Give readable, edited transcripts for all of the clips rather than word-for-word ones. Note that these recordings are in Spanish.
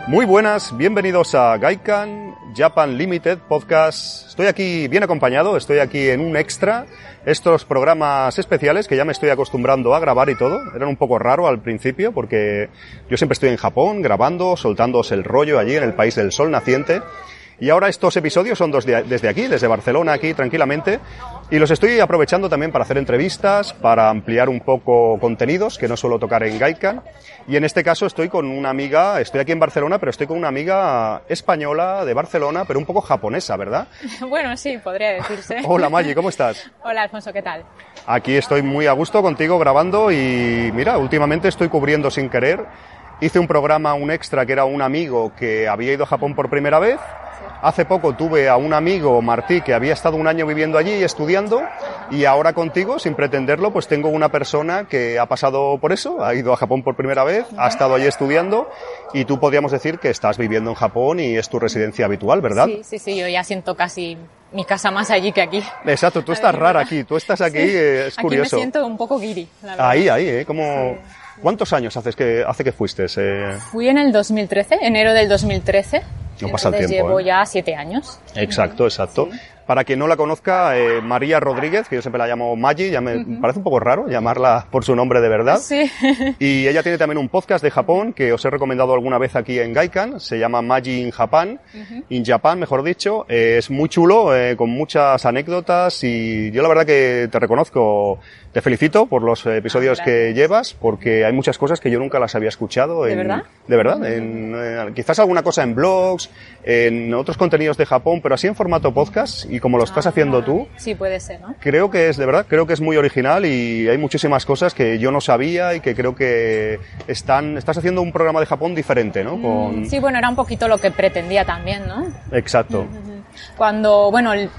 Muy buenas, bienvenidos a Gaikan Japan Limited Podcast. Estoy aquí bien acompañado, estoy aquí en un extra. Estos programas especiales que ya me estoy acostumbrando a grabar y todo. Eran un poco raro al principio porque yo siempre estoy en Japón grabando, soltándoos el rollo allí en el país del sol naciente. Y ahora estos episodios son desde aquí, desde Barcelona, aquí tranquilamente. Y los estoy aprovechando también para hacer entrevistas, para ampliar un poco contenidos que no suelo tocar en Gaikan. Y en este caso estoy con una amiga, estoy aquí en Barcelona, pero estoy con una amiga española de Barcelona, pero un poco japonesa, ¿verdad? Bueno, sí, podría decirse. Hola Maggi, ¿cómo estás? Hola Alfonso, ¿qué tal? Aquí estoy muy a gusto contigo grabando y mira, últimamente estoy cubriendo sin querer. Hice un programa, un extra, que era un amigo que había ido a Japón por primera vez. Hace poco tuve a un amigo, Martí, que había estado un año viviendo allí y estudiando, y ahora contigo, sin pretenderlo, pues tengo una persona que ha pasado por eso, ha ido a Japón por primera vez, ha estado allí estudiando, y tú podríamos decir que estás viviendo en Japón y es tu residencia habitual, ¿verdad? Sí, yo ya siento casi mi casa más allí que aquí. Exacto, tú estás rara aquí, tú estás aquí, sí. Es curioso. Aquí me siento un poco guiri, la verdad. Ahí, como... Sí. ¿Cuántos años hace que fuiste? Fui en el 2013, enero del 2013. No pasa el tiempo. Llevo ya 7 años. Exacto. Sí. Para quien no la conozca, María Rodríguez, que yo siempre la llamo Maggi, ya me parece un poco raro llamarla por su nombre de verdad. Sí. Y ella tiene también un podcast de Japón que os he recomendado alguna vez aquí en Gaikan, se llama Maggi in Japan, in Japan, mejor dicho. Es muy chulo, con muchas anécdotas y yo la verdad que te reconozco, te felicito por los episodios que llevas, porque hay muchas cosas que yo nunca las había escuchado. ¿De verdad? De verdad. Quizás alguna cosa en blogs, en otros contenidos de Japón, pero así en formato podcast. Y como lo estás haciendo tú, sí, puede ser, ¿no? Creo que es muy original y hay muchísimas cosas que yo no sabía y que creo que estás haciendo un programa de Japón diferente, ¿no? Sí, bueno, era un poquito lo que pretendía también, ¿no? Exacto. Cuando,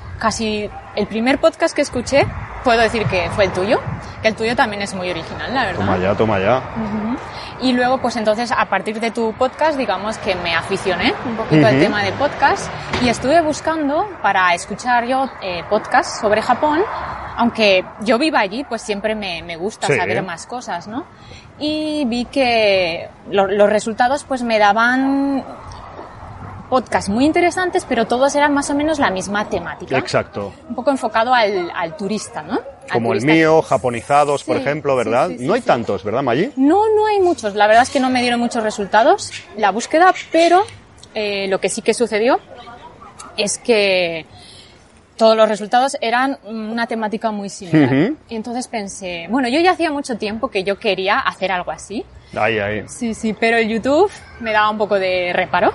casi el primer podcast que escuché, puedo decir que fue el tuyo, que el tuyo también es muy original, la verdad. Toma ya. Y luego, pues entonces, a partir de tu podcast, digamos que me aficioné un poquito al tema de podcast y estuve buscando para escuchar yo podcasts sobre Japón, aunque yo viva allí, pues siempre me gusta saber más cosas, ¿no? Y vi que los resultados pues me daban podcasts muy interesantes, pero todos eran más o menos la misma temática. Exacto. Un poco enfocado al turista, ¿no? Como el mío, japonizados, por ejemplo, ¿verdad? No hay tantos, ¿verdad, Maggi? No hay muchos. La verdad es que no me dieron muchos resultados la búsqueda, pero lo que sí que sucedió es que todos los resultados eran una temática muy similar. Y entonces pensé, yo ya hacía mucho tiempo que yo quería hacer algo así. Ahí. Sí, pero el YouTube me daba un poco de reparo.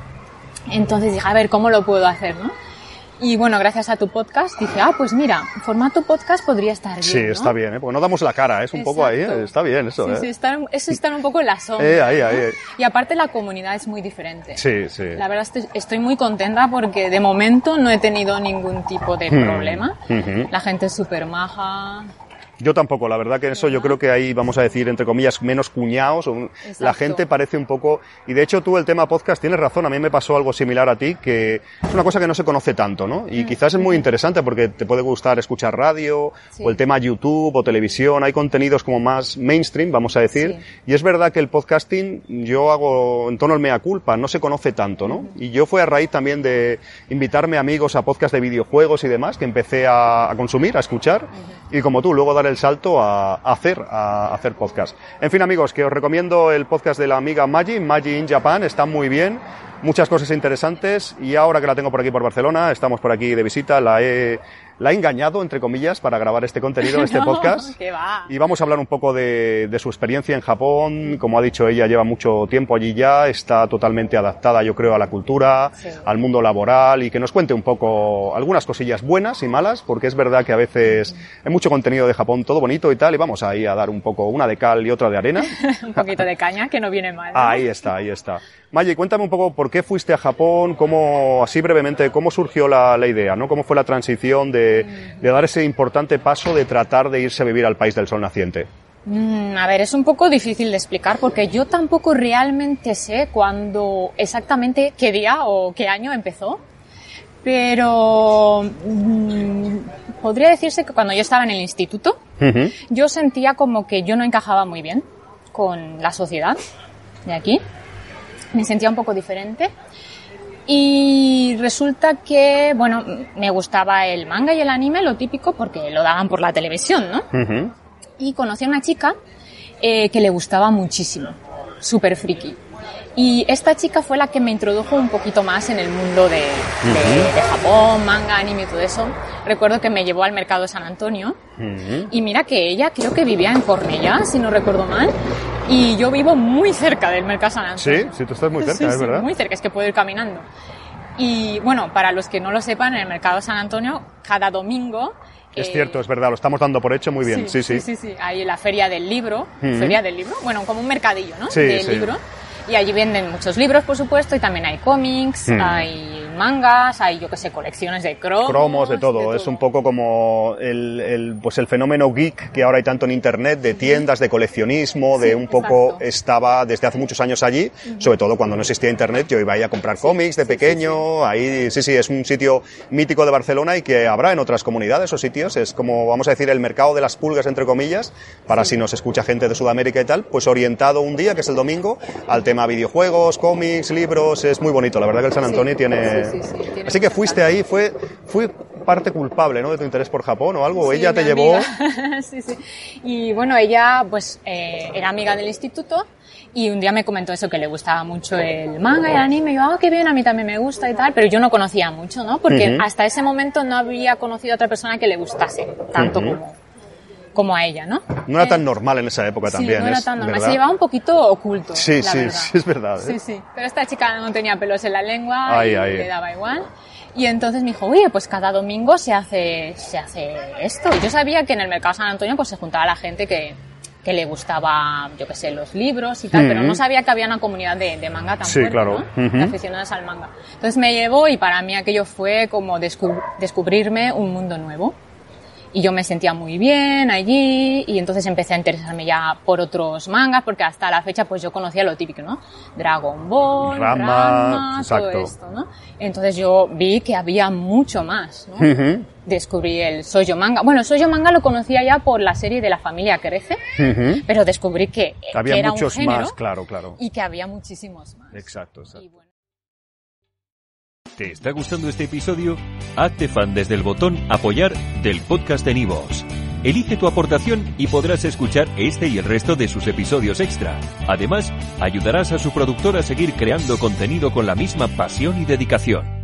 Entonces dije, a ver, ¿cómo lo puedo hacer, no? Y gracias a tu podcast dije, pues mira, formato podcast podría estar bien, Sí, ¿no? está bien, porque no damos la cara, es un poco ahí, está bien eso, Sí, están un poco en la sombra, ahí. Y aparte la comunidad es muy diferente. Sí. La verdad estoy muy contenta porque de momento no he tenido ningún tipo de problema. La gente es súper maja. Yo tampoco, la verdad que eso yo creo que hay, vamos a decir, entre comillas, menos cuñados. La gente parece un poco... Y de hecho tú el tema podcast tienes razón, a mí me pasó algo similar a ti, que es una cosa que no se conoce tanto, ¿no? Y quizás es muy interesante porque te puede gustar escuchar radio, o el tema YouTube o televisión, hay contenidos como más mainstream, vamos a decir. Y es verdad que el podcasting, yo hago en tono el mea culpa, no se conoce tanto, ¿no? Y yo fue a raíz también de invitarme amigos a podcast de videojuegos y demás, que empecé a consumir, a escuchar, y como tú, luego dar el salto a hacer podcast. En fin, amigos, que os recomiendo el podcast de la amiga Maggi in Japan, está muy bien, muchas cosas interesantes, y ahora que la tengo por aquí por Barcelona, estamos por aquí de visita, la he engañado, entre comillas, para grabar este contenido, este podcast. ¿Qué va? Y vamos a hablar un poco de su experiencia en Japón. Como ha dicho ella, lleva mucho tiempo allí ya, está totalmente adaptada, yo creo, a la cultura, al mundo laboral, y que nos cuente un poco algunas cosillas buenas y malas, porque es verdad que a veces hay mucho contenido de Japón, todo bonito y tal, y vamos ahí a dar un poco una de cal y otra de arena. Un poquito de caña, que no viene mal, ¿no? Ahí está. Maggi, cuéntame un poco por qué fuiste a Japón, así brevemente, cómo surgió la idea, ¿no? Cómo fue la transición de dar ese importante paso de tratar de irse a vivir al país del sol naciente. A ver, es un poco difícil de explicar porque yo tampoco realmente sé cuándo exactamente, qué día o qué año empezó, pero podría decirse que cuando yo estaba en el instituto, yo sentía como que yo no encajaba muy bien con la sociedad de aquí. me sentía un poco diferente. Y resulta que, bueno, me gustaba el manga y el anime, lo típico, porque lo daban por la televisión, ¿no? Uh-huh. Y conocí a una chica que le gustaba muchísimo, súper friki. Y esta chica fue la que me introdujo un poquito más en el mundo de Japón, manga, anime y todo eso. Recuerdo que me llevó al mercado de San Antonio. Y mira que ella creo que vivía en Cornellá, si no recuerdo mal. Y yo vivo muy cerca del mercado de San Antonio. Sí, tú estás muy cerca, sí, es verdad. Muy cerca, es que puedo ir caminando. Y bueno, para los que no lo sepan, en el mercado de San Antonio, cada domingo... Es cierto, es verdad, lo estamos dando por hecho muy bien. Sí. Hay la feria del libro. ¿Feria del libro? Bueno, como un mercadillo, ¿no? Sí, del libro. Y allí venden muchos libros, por supuesto, y también hay cómics, hay mangas, hay, yo qué sé, colecciones de cromos. De todo. Es un poco como el fenómeno geek que ahora hay tanto en internet, de tiendas, de coleccionismo, de un poco estaba desde hace muchos años allí, sobre todo cuando no existía internet, yo iba ahí a comprar cómics de pequeño, ahí es un sitio mítico de Barcelona y que habrá en otras comunidades o sitios, es como, vamos a decir, el mercado de las pulgas, entre comillas, para si nos escucha gente de Sudamérica y tal, pues orientado un día, que es el domingo, al tema videojuegos, cómics, libros, es muy bonito, la verdad que el San Antonio tiene... Así que fuiste ahí, fue parte culpable, ¿no?, de tu interés por Japón o algo, ella te llevó... Sí. Y bueno, ella pues era amiga del instituto y un día me comentó eso, que le gustaba mucho el manga y el anime, y yo, qué bien, a mí también me gusta y tal, pero yo no conocía mucho, ¿no?, porque hasta ese momento no había conocido a otra persona que le gustase tanto como a ella, ¿no? No era tan normal en esa época también. No era tan normal, se llevaba un poquito oculto. Sí, es verdad. Sí. Pero esta chica no tenía pelos en la lengua y le daba igual. Y entonces me dijo, oye, pues cada domingo se hace esto. Y yo sabía que en el mercado San Antonio pues se juntaba la gente que le gustaba, yo qué sé, los libros y tal, pero no sabía que había una comunidad de manga tan fuerte, claro. ¿no? De aficionadas al manga. Entonces me llevó y para mí aquello fue como descubrirme un mundo nuevo. Y yo me sentía muy bien allí y entonces empecé a interesarme ya por otros mangas, porque hasta la fecha pues yo conocía lo típico, ¿no? Dragon Ball, Ranma, todo esto, ¿no? Entonces yo vi que había mucho más, ¿no? Descubrí el shoujo manga. Bueno, el shoujo manga lo conocía ya por la serie de La familia crece, pero descubrí que había era muchos un género, más, claro. Y que había muchísimos más. Exacto. Y bueno. ¿Te está gustando este episodio? Hazte fan desde el botón Apoyar del podcast de Nivos. Elige tu aportación y podrás escuchar este y el resto de sus episodios extra. Además, ayudarás a su productor a seguir creando contenido con la misma pasión y dedicación.